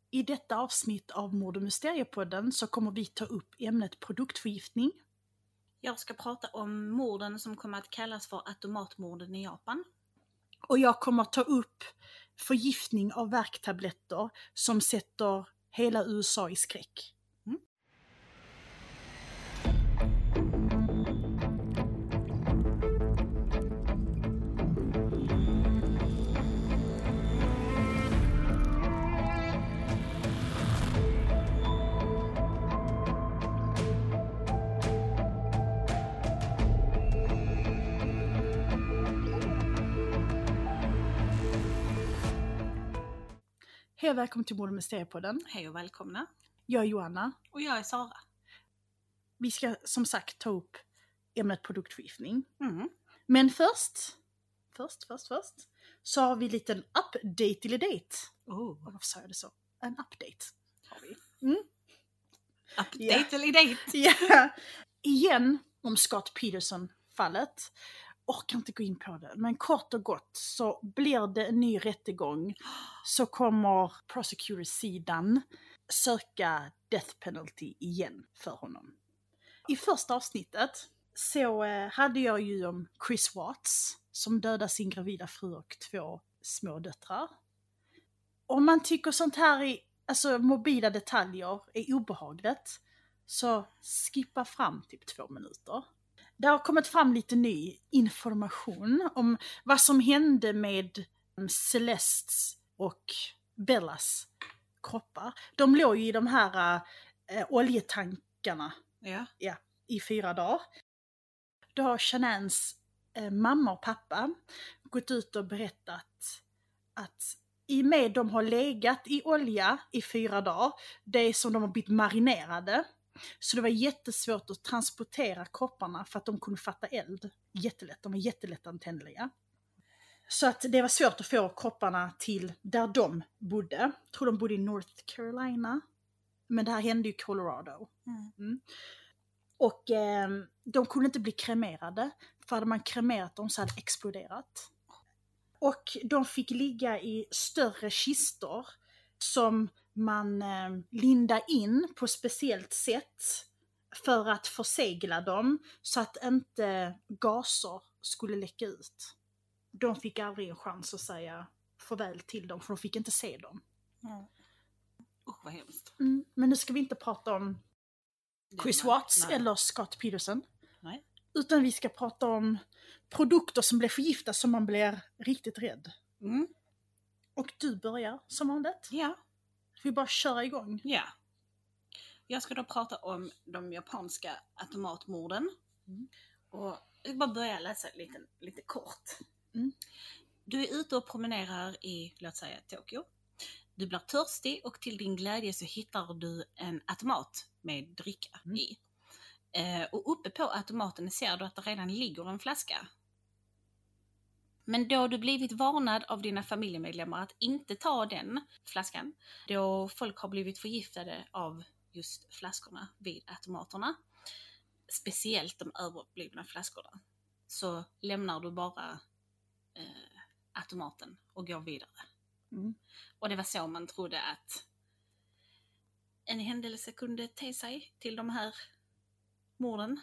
I detta avsnitt av Mord- och Mysteriepodden så kommer vi ta upp ämnet produktförgiftning. Jag ska prata om morden som kommer att kallas för automatmorden i Japan. Och jag kommer ta upp förgiftning av värktabletter som sätter hela USA i skräck. Hej och välkommen till Mord- och Mysteriepodden. Hej och välkomna. Jag är Johanna. Och jag är Sara. Vi ska som sagt ta upp ämnet produktförgiftning. Mm. Men först så har vi en liten update. Varför sa jag det så? En update har vi. Update eller date? Ja. Igen om Scott Peterson-fallet. Orkar inte gå in på det, men kort och gott så blir det en ny rättegång, så kommer prosecutor-sidan söka death penalty igen för honom. I första avsnittet så hade jag ju om Chris Watts som dödade sin gravida fru och 2 små döttrar. Om man tycker sånt här är, alltså mobila detaljer är obehagligt, så skippa fram typ 2 minuter. Det har kommit fram lite ny information om vad som hände med Celestes och Bellas kroppar. De låg ju i de här oljetankarna i 4 dagar. Då har Shanans mamma och pappa gått ut och berättat att i och med de har legat i olja i 4 dagar, det är som de har blivit marinerade. Så det var jättesvårt att transportera kropparna för att de kunde fatta eld jättelätt. De var jättelättantändliga. Så att det var svårt att få kropparna till där de bodde. Jag tror de bodde i North Carolina. Men det här hände ju i Colorado. Och de kunde inte bli kremerade. För hade man kremerat dem så hade det exploderat. Och de fick ligga i större kistor som man lindade in på speciellt sätt för att försegla dem så att inte gaser skulle läcka ut. De fick aldrig en chans att säga farväl till dem, för de fick inte se dem. Vad hemskt. Men nu ska vi inte prata om Chris Watts eller Scott Peterson. Nej. Utan vi ska prata om produkter som blir förgiftade som man blir riktigt rädd. Och du börjar som vanligt. Ja. Vi bara köra igång. Ja. Jag ska då prata om de japanska automatmorden. Och jag ska bara börja läsa lite kort. Du är ute och promenerar i, låt säga, Tokyo. Du blir törstig och till din glädje så hittar du en automat med dricka i. Och uppe på automaten ser du att det redan ligger en flaska. Men då du blivit varnad av dina familjemedlemmar att inte ta den flaskan, då folk har blivit förgiftade av just flaskorna vid automaterna, speciellt de överblivna flaskorna, så lämnar du bara automaten och går vidare. Och det var så man trodde att en händelse kunde te sig till de här morden.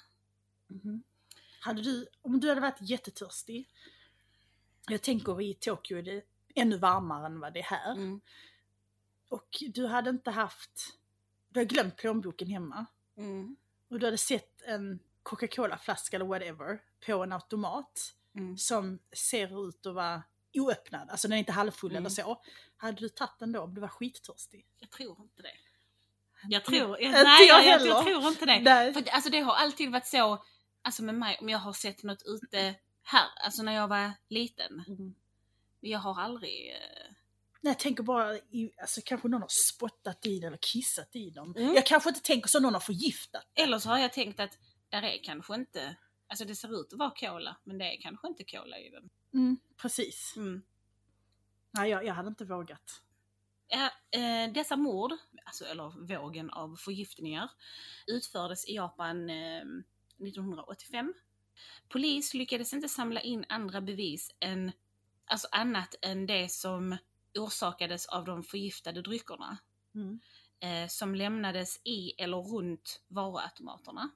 Om du hade varit jättetörstig, jag tänker i Tokyo är det ännu varmare än vad det är här. Och du hade glömt plånboken hemma. Och du hade sett en Coca-Cola-flaska eller whatever på en automat som ser ut att vara oöppnad. Alltså den är inte halvfull eller så. Hade du tagit den då om du var skittörstig? Jag tror inte det. Jag tror inte det. Nej. För alltså, det har alltid varit så, alltså med mig, om jag har sett något ute här, alltså när jag var liten. Jag har aldrig... Nej, jag tänker bara, alltså kanske någon har spottat i den eller kissat i dem. Jag kanske inte tänker så någon har förgiftat. Eller så har jag tänkt att där är kanske inte, alltså det ser ut att vara cola, men det är kanske inte cola i den. Precis. Nej, jag hade inte vågat. Dessa mord, alltså, eller vågen av förgiftningar, utfördes i Japan 1985. Polis lyckades inte samla in andra bevis annat än det som orsakades av de förgiftade dryckerna. som lämnades i eller runt varuautomaterna.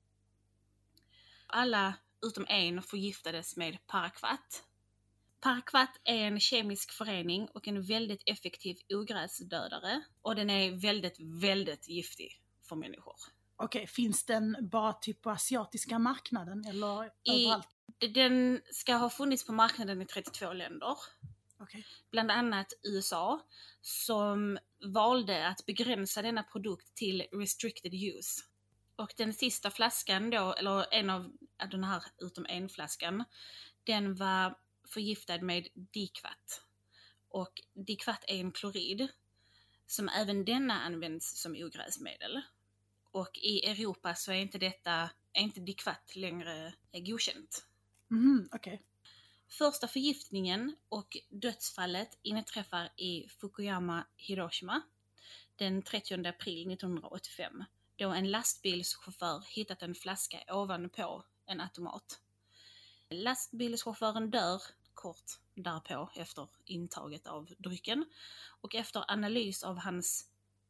Alla utom en förgiftades med parakvat. Parakvat är en kemisk förening och en väldigt effektiv ogräsdödare. Och den är väldigt, väldigt giftig för människor. Okej, finns den bara typ på asiatiska marknaden eller överallt? Den ska ha funnits på marknaden i 32 länder. Okay. Bland annat USA, som valde att begränsa denna produkt till restricted use. Och den sista flaskan då, eller en av den här utom en flaskan, den var förgiftad med dikvat. Och dikvat är en klorid som även denna används som ogräsmedel. Och i Europa så är inte dikvat längre godkänt. Okay. Första förgiftningen och dödsfallet inträffar i Fukuyama, Hiroshima den 30 april 1985, då en lastbilschaufför hittat en flaska ovanpå en automat. Lastbilschauffören dör kort därpå efter intaget av drycken, och efter analys av hans,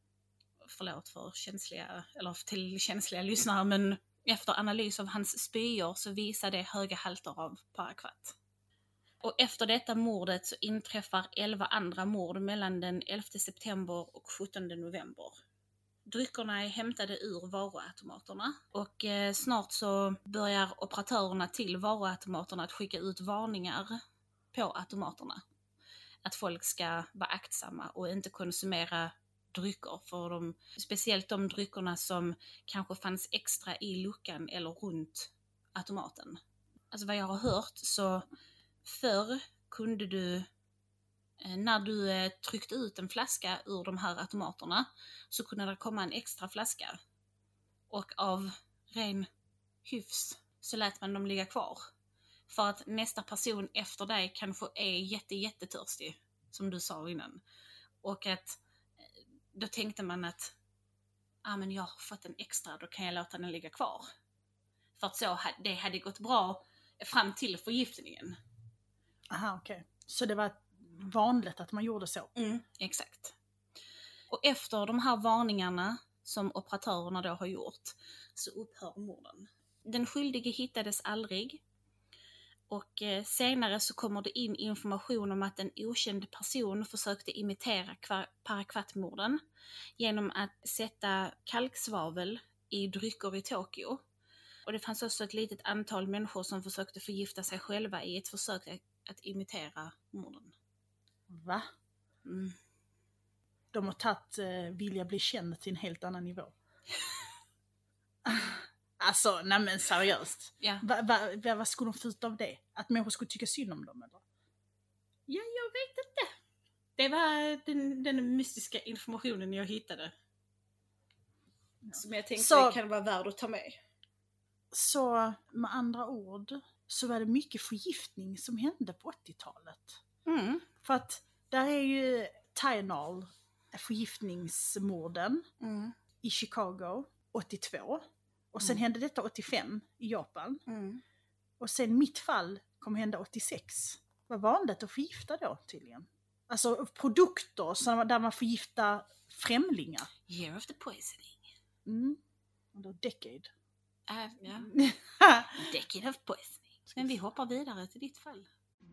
förlåt för känsliga lyssnare, men efter analys av hans spyor så visar det höga halter av parakvat. Och efter detta mordet så inträffar 11 andra mord mellan den 11 september och 17 november. Dryckerna är hämtade ur varuautomaterna och snart så börjar operatörerna till varuautomaterna att skicka ut varningar på automaterna. Att folk ska vara aktsamma och inte konsumera drycker, för speciellt de dryckerna som kanske fanns extra i luckan eller runt automaten. Alltså vad jag har hört så förr kunde du, när du tryckte ut en flaska ur de här automaterna, så kunde det komma en extra flaska. Och av ren hyfs så lät man dem ligga kvar. För att nästa person efter dig kanske är jättetörstig, som du sa innan. Och att då tänkte man att men jag har fått en extra, då kan jag låta den ligga kvar. För att det hade gått bra fram till förgiftningen. Aha, okej. Så det var vanligt att man gjorde så? Exakt. Och efter de här varningarna som operatörerna då har gjort så upphör morden. Den skyldige hittades aldrig. Och senare så kommer det in information om att en okänd person försökte imitera parakvatmorden genom att sätta kalksvavel i drycker i Tokyo. Och det fanns också ett litet antal människor som försökte förgifta sig själva i ett försök att imitera morden. Va? De har tagit vilja bli känd till en helt annan nivå. Alltså, nej men seriöst. Ja. Vad skulle de få ut av det? Att människor skulle tycka synd om dem, eller? Ja, jag vet inte. Det var den mystiska informationen jag hittade. Ja. Som jag tänkte kan vara värd att ta med. Så med andra ord så var det mycket förgiftning som hände på 80-talet. För att där är ju Tylenol, förgiftningsmorden i Chicago 82. Och sen hände detta 85 i Japan. Och sen mitt fall kommer hända 86. Vad vanligt att förgifta då tydligen? Alltså produkter där man förgiftar främlingar. Year of the poisoning. Och då decade. Ja. Decade of poisoning. Men vi hoppar vidare till ditt fall.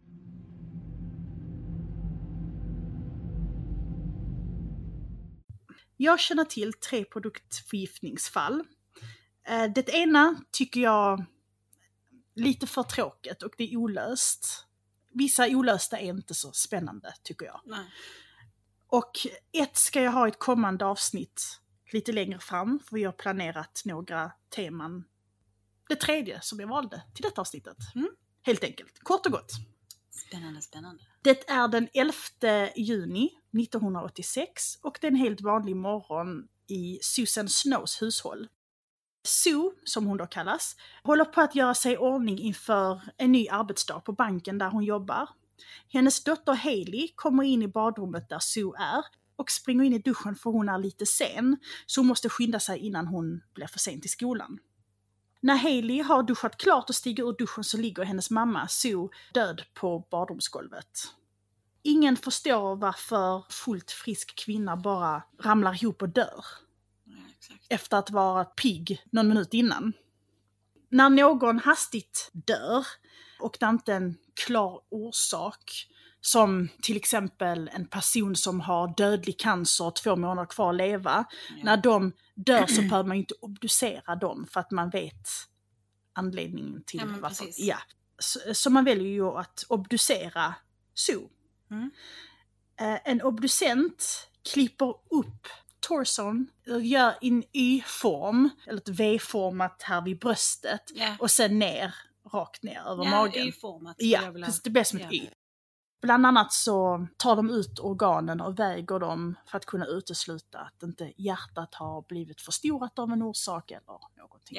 Jag känner till 3 produktförgiftningsfall. Det ena tycker jag lite för tråkigt och det är olöst. Vissa olösta är inte så spännande tycker jag. Nej. Och ett ska jag ha i ett kommande avsnitt lite längre fram, för vi har planerat några teman. Det tredje som jag valde till detta avsnittet. Helt enkelt, kort och gott. Spännande. Det är den 11 juni 1986 och det är en helt vanlig morgon i Susan Snows hushåll. Sue, som hon då kallas, håller på att göra sig i ordning inför en ny arbetsdag på banken där hon jobbar. Hennes dotter Hailey kommer in i badrummet där Sue är och springer in i duschen för hon är lite sen, så hon måste skynda sig innan hon blir för sen till skolan. När Hailey har duschat klart och stiger ur duschen så ligger hennes mamma Sue död på badrumsgolvet. ingen förstår varför fullt frisk kvinna bara ramlar ihop och dör. Ja, exakt. Efter att vara pigg någon minut innan. När någon hastigt dör och det inte är en klar orsak, som till exempel en person som har dödlig cancer 2 månader kvar att leva, när de dör så behöver man ju inte obducera dem för att man vet anledningen till varför. Ja. Så man väljer ju att obducera Sue. En obducent klipper upp torson, gör en Y-form, eller ett V-format här vid bröstet, och sen ner, rakt ner över magen. Y-format. Ja, precis, det blir som ett Y. Bland annat så tar de ut organen och väger dem för att kunna utesluta att inte hjärtat har blivit förstorat av en orsak eller någonting.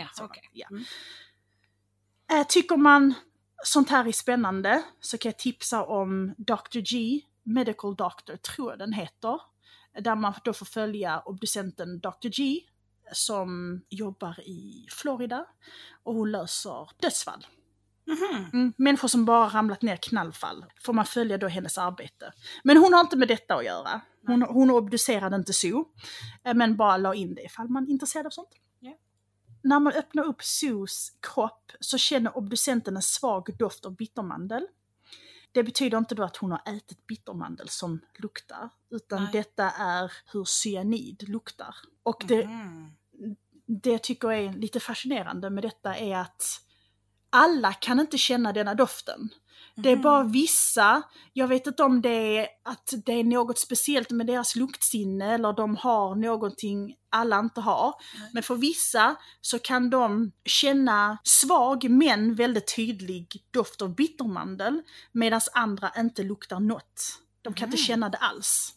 Tycker man sånt här är spännande så kan jag tipsa om Dr. G, Medical Doctor tror jag den heter. Där man då får följa obducenten Dr. G som jobbar i Florida och hon löser dödsfall. Människor som bara ramlat ner knallfall får man följa då hennes arbete. Men hon har inte med detta att göra. Hon obducerade inte Sue, men bara la in det ifall man är intresserad av sånt. När man öppnar upp Sues kropp så känner obducenten en svag doft av bittermandel. Det betyder inte då att hon har ätit bittermandel som luktar, utan detta är hur cyanid luktar. Och det jag tycker är lite fascinerande med detta är att alla kan inte känna denna doften. Det är bara vissa, jag vet inte om det är att det är något speciellt med deras luktsinne eller de har någonting alla inte har. Men för vissa så kan de känna svag men väldigt tydlig doft av bittermandel medan andra inte luktar något. De kan inte känna det alls.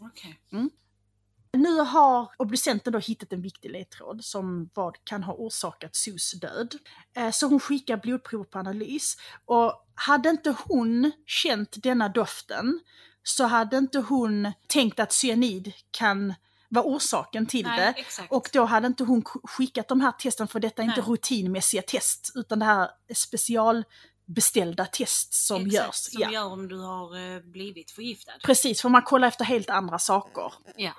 Nu har obducenten då hittat en viktig ledtråd som vad kan ha orsakat Sues död. Så hon skickar blodprov på analys och hade inte hon känt denna doften så hade inte hon tänkt att cyanid kan vara orsaken till det. Exakt. Och då hade inte hon skickat de här testen, för detta är inte rutinmässiga test utan det här är specialbeställda test som görs. Som gör om du har blivit förgiftad. Precis, för man kollar efter helt andra saker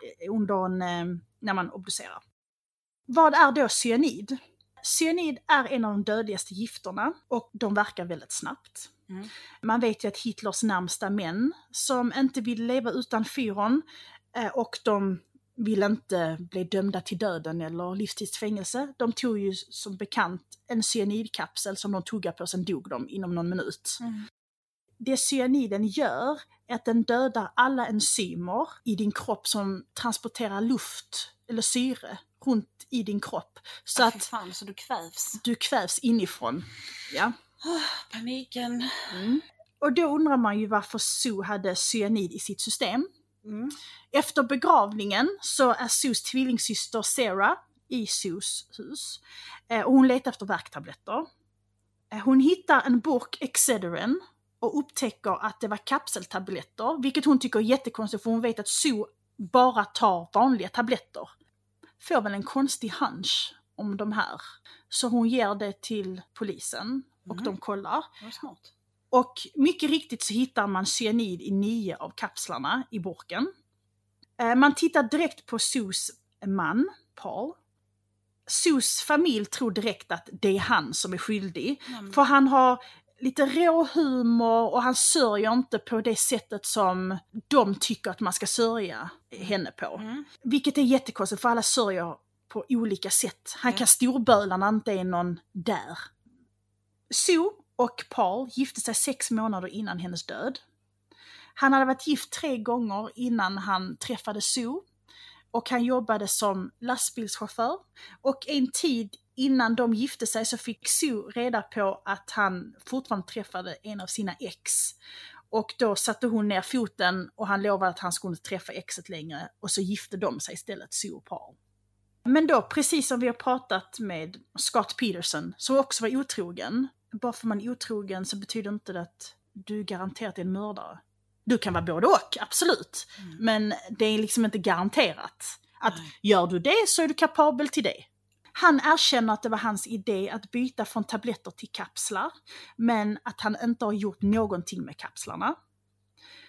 när man obducerar. Vad är då cyanid? Cyanid är en av de dödligaste gifterna och de verkar väldigt snabbt. Man vet ju att Hitlers närmsta män som inte vill leva utan fyron och de vill inte bli dömda till döden eller livstidsfängelse. De tog ju som bekant en cyanidkapsel som de tuggade på, sen dog de inom någon minut. Det cyaniden gör är att den dödar alla enzymer i din kropp som transporterar luft eller syre runt i din kropp. Så att så du kvävs. Du kvävs inifrån. Ja. Paniken. Och då undrar man ju varför Sue hade cyanid i sitt system. Efter begravningen så är Sues tvillingsyster Sarah i Sues hus. Och hon letar efter värktabletter. Hon hittar en burk Excedrin och upptäcker att det var kapseltabletter, vilket hon tycker är jättekonstigt för hon vet att Sue bara tar vanliga tabletter. Får väl en konstig hunch om de här. Så hon ger det till polisen och de kollar. Vad smart. Och mycket riktigt så hittar man cyanid i 9 av kapslarna i burken. Man tittar direkt på Sues man, Paul. Sues familj tror direkt att det är han som är skyldig. För han har lite rå humor och han sörjer inte på det sättet som de tycker att man ska sörja henne på. Vilket är jättekonstigt för alla sörjer på olika sätt. Han kan storböla när inte är någon där. Sue och Paul gifte sig 6 månader innan hennes död. Han hade varit gift 3 gånger innan han träffade Sue. Och han jobbade som lastbilschaufför. Och en tid innan de gifte sig så fick Sue reda på att han fortfarande träffade en av sina ex. Och då satte hon ner foten och han lovade att han skulle inte träffa exet längre. Och så gifte de sig istället, Sue och Paul. Men då, precis som vi har pratat med Scott Peterson, som också var otrogen. Bara för man är otrogen så betyder inte det att du garanterat är en mördare. Du kan vara både och, absolut. Men det är liksom inte garanterat. Att gör du det så är du kapabel till det. Han erkänner att det var hans idé att byta från tabletter till kapslar. Men att han inte har gjort någonting med kapslarna.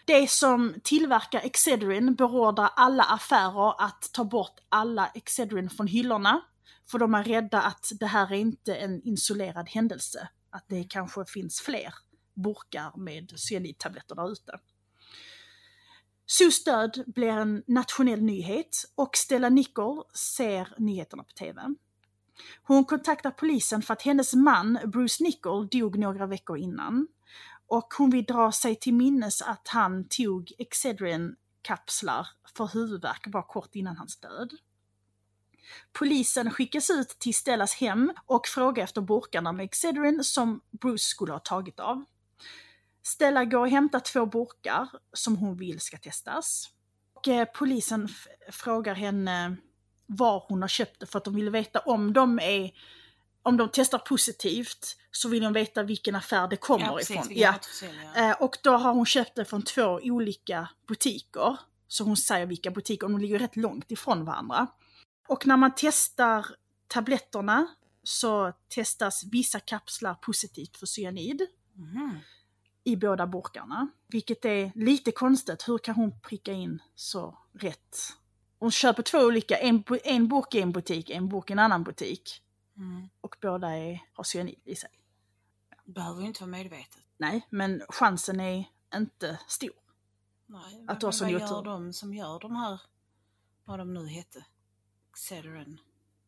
Det som tillverkar Excedrin beordrar alla affärer att ta bort alla Excedrin från hyllorna. För de är rädda att det här är inte en isolerad händelse. Att det kanske finns fler burkar med cyanidtabletter där ute. Sues död blir en nationell nyhet och Stella Nichol ser nyheterna på TV. Hon kontaktar polisen för att hennes man Bruce Nichol dog några veckor innan. Och hon vill dra sig till minnes att han tog Excedrin-kapslar för huvudvärk bara kort innan hans död. Polisen skickas ut till Stellas hem och frågar efter burkarna med Excedrin som Bruce skulle ha tagit av. Stella går och hämtar 2 burkar som hon vill ska testas. Och polisen frågar henne var hon har köpt det för att de vill veta om de testar positivt så vill de veta vilken affär det kommer ifrån. Och då har hon köpt det från 2 olika butiker. Så hon säger vilka butiker, och de ligger rätt långt ifrån varandra. Och när man testar tabletterna så testas vissa kapslar positivt för cyanid. I båda burkarna. Vilket är lite konstigt. Hur kan hon pricka in så rätt? Hon köper 2 olika, en burk i en butik, en burk i en annan butik. Och båda har cyanid i sig. Behöver ju inte vara medvetet. Nej, men chansen är inte stor. Nej, att vad gör de som gör de här, vad de nu heter? Excedrin.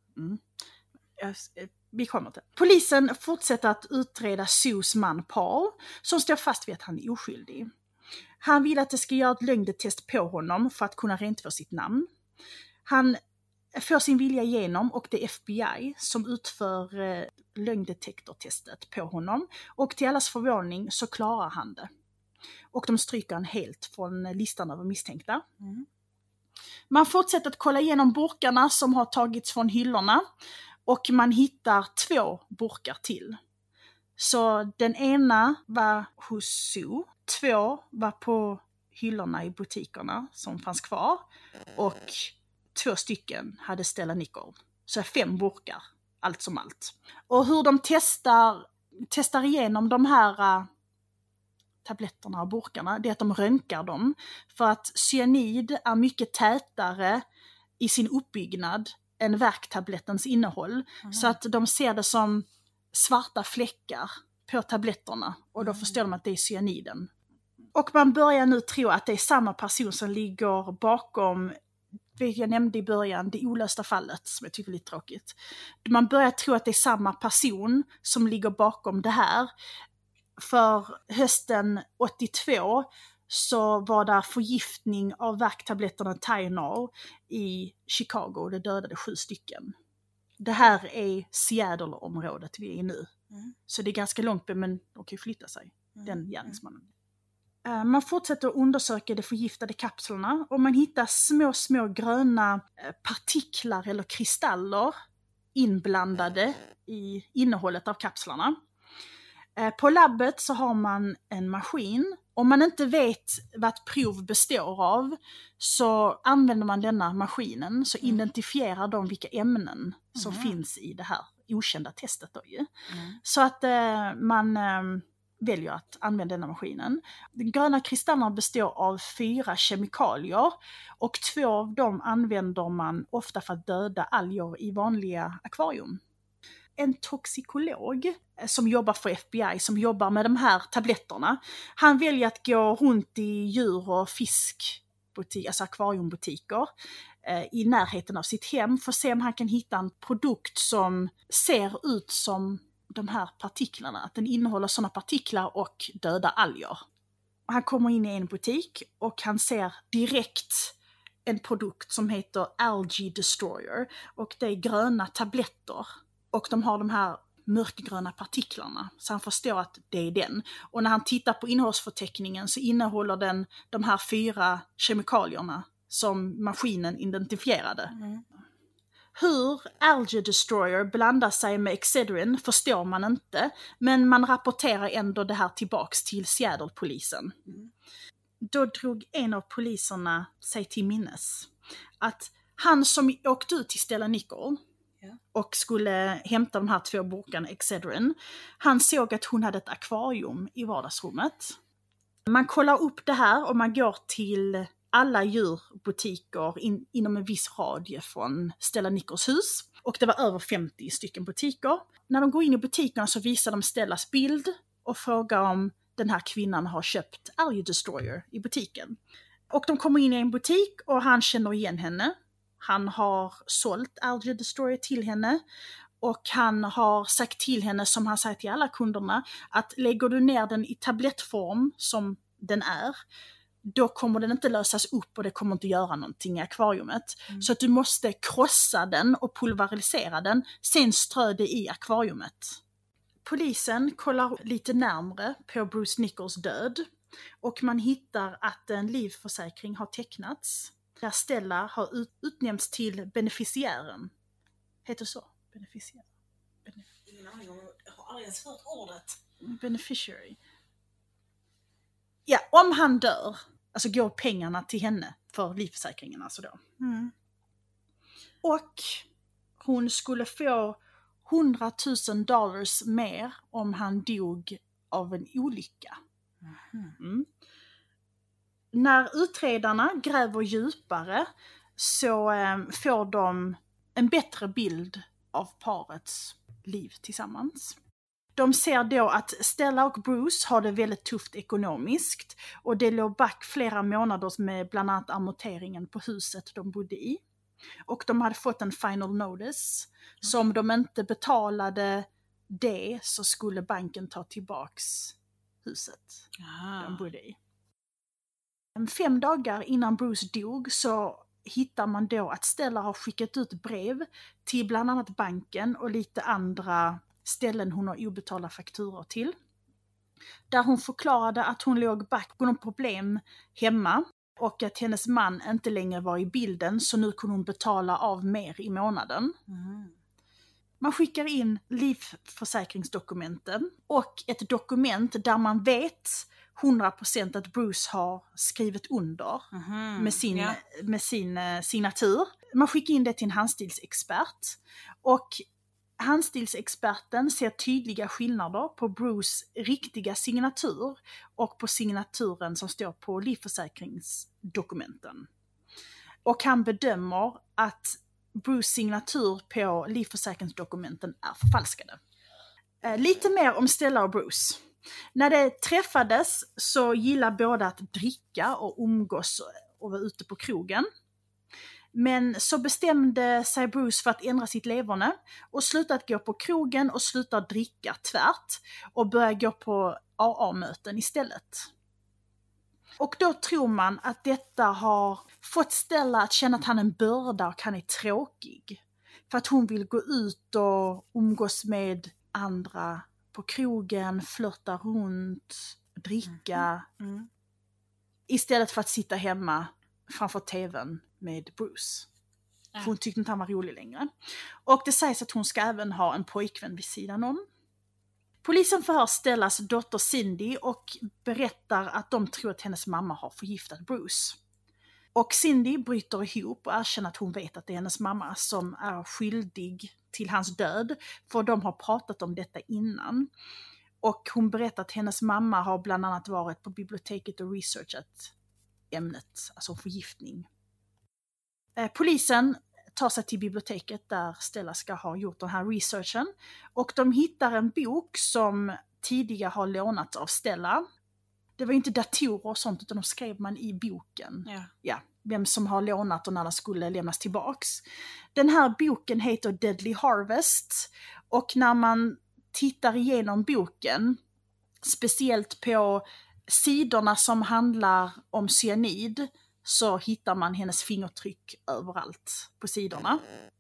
Vi kommer till. Polisen fortsätter att utreda Sues man Paul, som står fast vid att han är oskyldig. Han vill att det ska göra ett lögndetest på honom för att kunna rentföra sitt namn. Han får sin vilja igenom och det är FBI som utför lögndetektortestet på honom. Och till allas förvåning så klarar han det. Och de stryker han helt från listan över misstänkta. Man fortsätter att kolla igenom burkarna som har tagits från hyllorna. Och man hittar 2 burkar till. Så den ena var hos Sue. 2 var på hyllorna i butikerna som fanns kvar. Och 2 stycken hade Stella Nichol. Så 5 burkar, allt som allt. Och hur de testar igenom de här tabletterna och burkarna, det är att de röntgar dem. För att cyanid är mycket tätare i sin uppbyggnad än värktablettens innehåll. Så att de ser det som svarta fläckar på tabletterna. Och då förstår de att det är cyaniden. Och man börjar nu tro att det är samma person som ligger bakom, jag nämnde i början, det olösta fallet som jag tycker är lite tråkigt. Man börjar tro att det är samma person som ligger bakom det här. För hösten 82 så var det förgiftning av värktabletterna Tylenol i Chicago. Det dödade 7 stycken. Det här är Seattle-området vi är i nu. Så det är ganska långt, men de kan ju flytta sig, den gärningsmannen. Man fortsätter att undersöka de förgiftade kapslarna och man hittar små gröna partiklar eller kristaller inblandade i innehållet av kapslarna. På labbet så har man en maskin. Om man inte vet vad ett prov består av så använder man denna maskinen så identifierar de vilka ämnen som finns i det här okända testet. Då ju. Så att man väljer att använda denna maskinen. De gröna kristallerna består av 4 kemikalier och 2 av dem använder man ofta för att döda alger i vanliga akvarium. En toxikolog som jobbar för FBI, som jobbar med de här tabletterna, han väljer att gå runt i djur- och fiskbutiker, alltså akvariumbutiker, i närheten av sitt hem för att se om han kan hitta en produkt som ser ut som de här partiklarna, att den innehåller sådana partiklar och döda alger. Han kommer in i en butik och han ser direkt en produkt som heter Algae Destroyer och det är gröna tabletter. Och de har de här mörkgröna partiklarna. Så han förstår att det är den. Och när han tittar på innehållsförteckningen så innehåller den de här 4 kemikalierna som maskinen identifierade. Hur Algae Destroyer blandar sig med Excedrin förstår man inte. Men man rapporterar ändå det här tillbaks till Seattle-polisen. Då drog en av poliserna sig till minnes att han som åkte ut till Stella Nichol och skulle hämta de här 2 burkarna Excedrin. Han såg att hon hade ett akvarium i vardagsrummet. Man kollar upp det här och man går till alla djurbutiker inom en viss radie från Stella Nichols hus. Och det var över 50 stycken butiker. När de går in i butikerna så visar de Stellas bild och frågar om den här kvinnan har köpt Algae Destroyer i butiken. Och de kommer in i en butik och han känner igen henne. Han har sålt Algae Destroyer till henne. Och han har sagt till henne, som han säger till alla kunderna, att lägger du ner den i tablettform som den är, då kommer den inte lösas upp och det kommer inte göra någonting i akvariumet. Så att du måste krossa den och pulverisera den, sen strö det i akvariumet. Polisen kollar lite närmare på Bruce Nichols död och man hittar att en livförsäkring har tecknats där Stella har utnämnts till beneficiären. Heter så? Beneficiär. Ingen aning om, jag har aldrig ens hört ordet. Beneficiary. Ja, om han dör, alltså går pengarna till henne för livförsäkringen alltså då. Och hon skulle få $100,000 mer om han dog av en olycka. När utredarna gräver djupare så får de en bättre bild av parets liv tillsammans. De ser då att Stella och Bruce har det väldigt tufft ekonomiskt och det låg back flera månader med bland annat amorteringen på huset de bodde i. Och de hade fått en final notice, så om de inte betalade det så skulle banken ta tillbaks huset de bodde i. 5 dagar innan Bruce dog så hittar man då att Stella har skickat ut brev till bland annat banken och lite andra ställen hon har obetalda fakturor till. Där hon förklarade att hon låg back på någon problem hemma och att hennes man inte längre var i bilden, så nu kunde hon betala av mer i månaden. Man skickar in livförsäkringsdokumenten och ett dokument där man vet 100% att Bruce har skrivit under med sin signatur. Man skickar in det till en handstilsexpert och handstilsexperten ser tydliga skillnader på Bruce riktiga signatur och på signaturen som står på livförsäkringsdokumenten. Och han bedömer att Bruce signatur på livförsäkringsdokumenten är förfalskade. Lite mer om Stella och Bruce. När de träffades så gillar båda att dricka och umgås och vara ute på krogen. Men så bestämde sig Bruce för att ändra sitt leverne och sluta att gå på krogen och sluta dricka tvärt och börja gå på AA-möten istället. Och då tror man att detta har fått Stella att känna att han är en börda och han är tråkig. För att hon vill gå ut och umgås med andra på krogen, flirta runt, dricka. Istället för att sitta hemma framför tvn med Bruce. För hon tyckte inte han var rolig längre. Och det sägs att hon ska även ha en pojkvän vid sidan om. Polisen förhör Stellas dotter Cindy och berättar att de tror att hennes mamma har förgiftat Bruce. Och Cindy bryter ihop och erkänner att hon vet att det är hennes mamma som är skyldig till hans död. För de har pratat om detta innan. Och hon berättar att hennes mamma har bland annat varit på biblioteket och researchat ämnet, alltså förgiftning. Polisen tar sig till biblioteket där Stella ska ha gjort den här researchen. Och de hittar en bok som tidigare har lånats av Stella. Det var ju inte datorer och sånt utan de skrev man i boken. Ja, vem som har lånat och när den skulle lämnas tillbaks. Den här boken heter Deadly Harvest. Och när man tittar igenom boken, speciellt på sidorna som handlar om cyanid, så hittar man hennes fingertryck överallt på sidorna.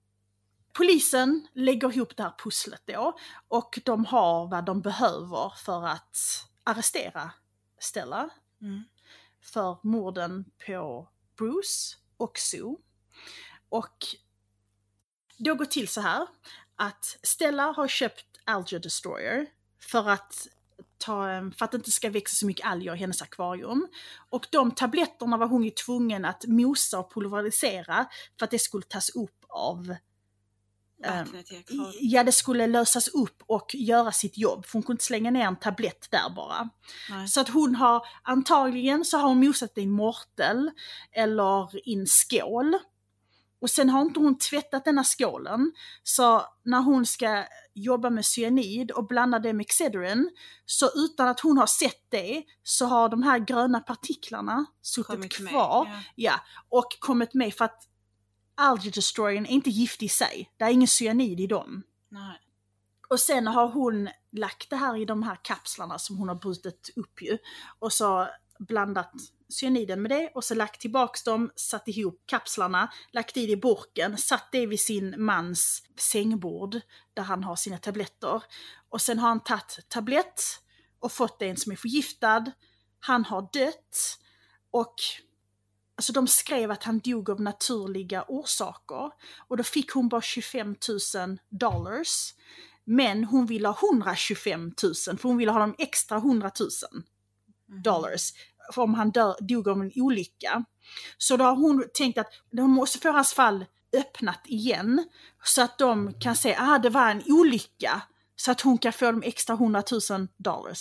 Polisen lägger ihop det här pusslet då och de har vad de behöver för att arrestera Stella för morden på Bruce och Sue. Och då går till så här att Stella har köpt Algae Destroyer för att det inte ska växa så mycket alger i hennes akvarium. Och de tabletterna var hon ju tvungen att mosa och pulverisera för att det skulle tas upp av vattnet gick kvar. Ja, det skulle lösas upp och göra sitt jobb. För hon kunde inte slänga ner en tablett där bara. Nej. Så att hon har, antagligen så har hon mosat i en mortel eller i en skål. Och sen har inte hon tvättat denna skålen. Så när hon ska jobba med cyanid och blanda det med Excedrin, så utan att hon har sett det, så har de här gröna partiklarna suttit kvar. Ja, och kommit med, för att Algae Destroyern är inte giftig i sig. Det är ingen cyanid i dem. Nej. Och sen har hon lagt det här i de här kapslarna som hon har brutit upp ju. Och så blandat cyaniden med det och så lagt tillbaks dem, satt ihop kapslarna, lagt i det i burken, satt det vid sin mans sängbord där han har sina tabletter. Och sen har han tagit tablett och fått en som är förgiftad. Han har dött och alltså de skrev att han dog av naturliga orsaker. Och då fick hon bara $25,000. Men hon ville ha 125,000 för hon ville ha de extra $100,000. För om han dog av en olycka. Så då har hon tänkt att de måste få hans fall öppnat igen. Så att de kan säga att det var en olycka. Så att hon kan få de extra $100,000.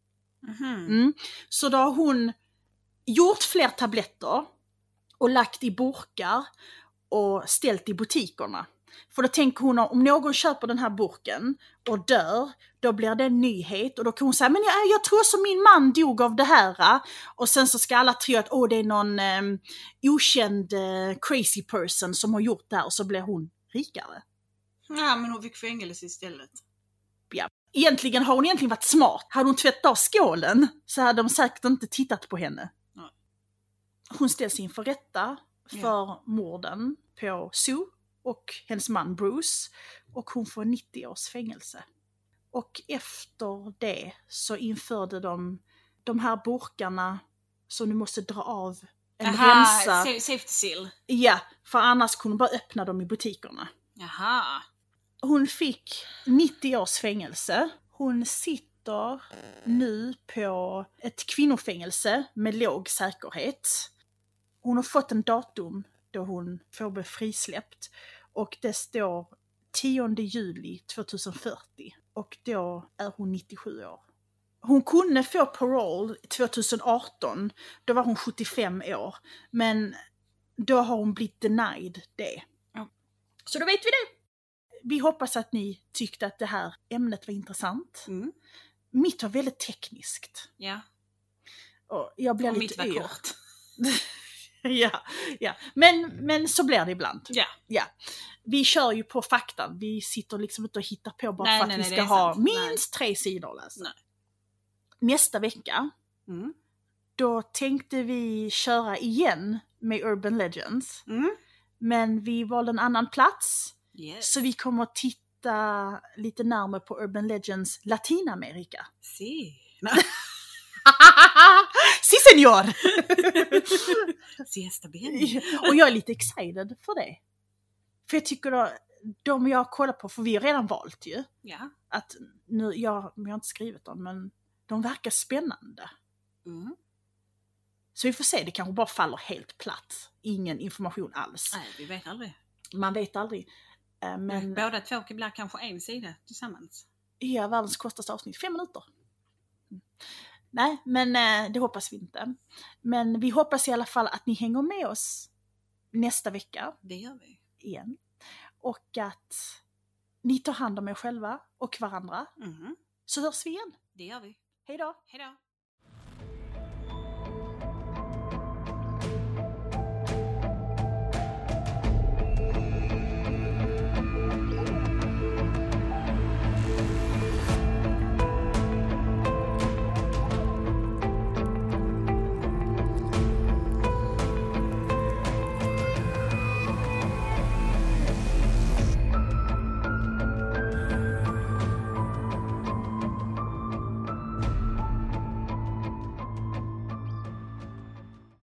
Så då har hon gjort fler tabletter och lagt i burkar och ställt i butikerna. För då tänker hon, om någon köper den här burken och dör, då blir det en nyhet. Och då kan hon säga, men jag tror som min man dog av det här. Och sen så ska alla tro att det är någon okänd crazy person som har gjort det här. Och så blir hon rikare. Ja, men hon fick fängelse istället. Ja. Egentligen har hon varit smart. Hade hon tvättat av skålen så hade de säkert inte tittat på henne. Nej. Hon ställs inför rätta för morden på Sue och hennes man Bruce. Och hon får 90 års fängelse. Och efter det så införde de här burkarna som du måste dra av en rensa. Safety seal. Ja, för annars kunde hon bara öppna dem i butikerna. Jaha. Hon fick 90 års fängelse. Hon sitter nu på ett kvinnofängelse med låg säkerhet. Hon har fått en datum då hon får bli frisläppt. Och det står 10 juli 2040. Och då är hon 97 år. Hon kunde få parole 2018. Då var hon 75 år. Men då har hon blivit denied det. Ja. Så då vet vi det. Vi hoppas att ni tyckte att det här ämnet var intressant. Mitt var väldigt tekniskt. Ja. Och jag blir lite mitt var kort. ja. Men så blir det ibland. Ja. Vi kör ju på faktan. Vi sitter liksom inte och hittar på bara för att vi ska ha minst 3 sidor läsa. Nej. Nästa vecka då tänkte vi köra igen med Urban Legends. Men vi valde en annan plats. Yes. Så vi kommer att titta lite närmare på Urban Legends Latinamerika. Si. Si senor! Si está bien. Och jag är lite excited för det. För jag tycker då, de jag kollar på, för vi har redan valt ju. Ja. Att nu, jag har inte skrivit dem, men de verkar spännande. Så vi får se, det kanske bara faller helt platt. Ingen information alls. Nej, vi vet aldrig. Man vet aldrig. Men båda två blir kanske en sida tillsammans. Ja, världens kortaste avsnitt. 5 minuter. Nej, men det hoppas vi inte. Men vi hoppas i alla fall att ni hänger med oss nästa vecka. Det gör vi. Igen. Och att ni tar hand om er själva och varandra. Så hörs vi igen. Det gör vi. Hej då. Hej då.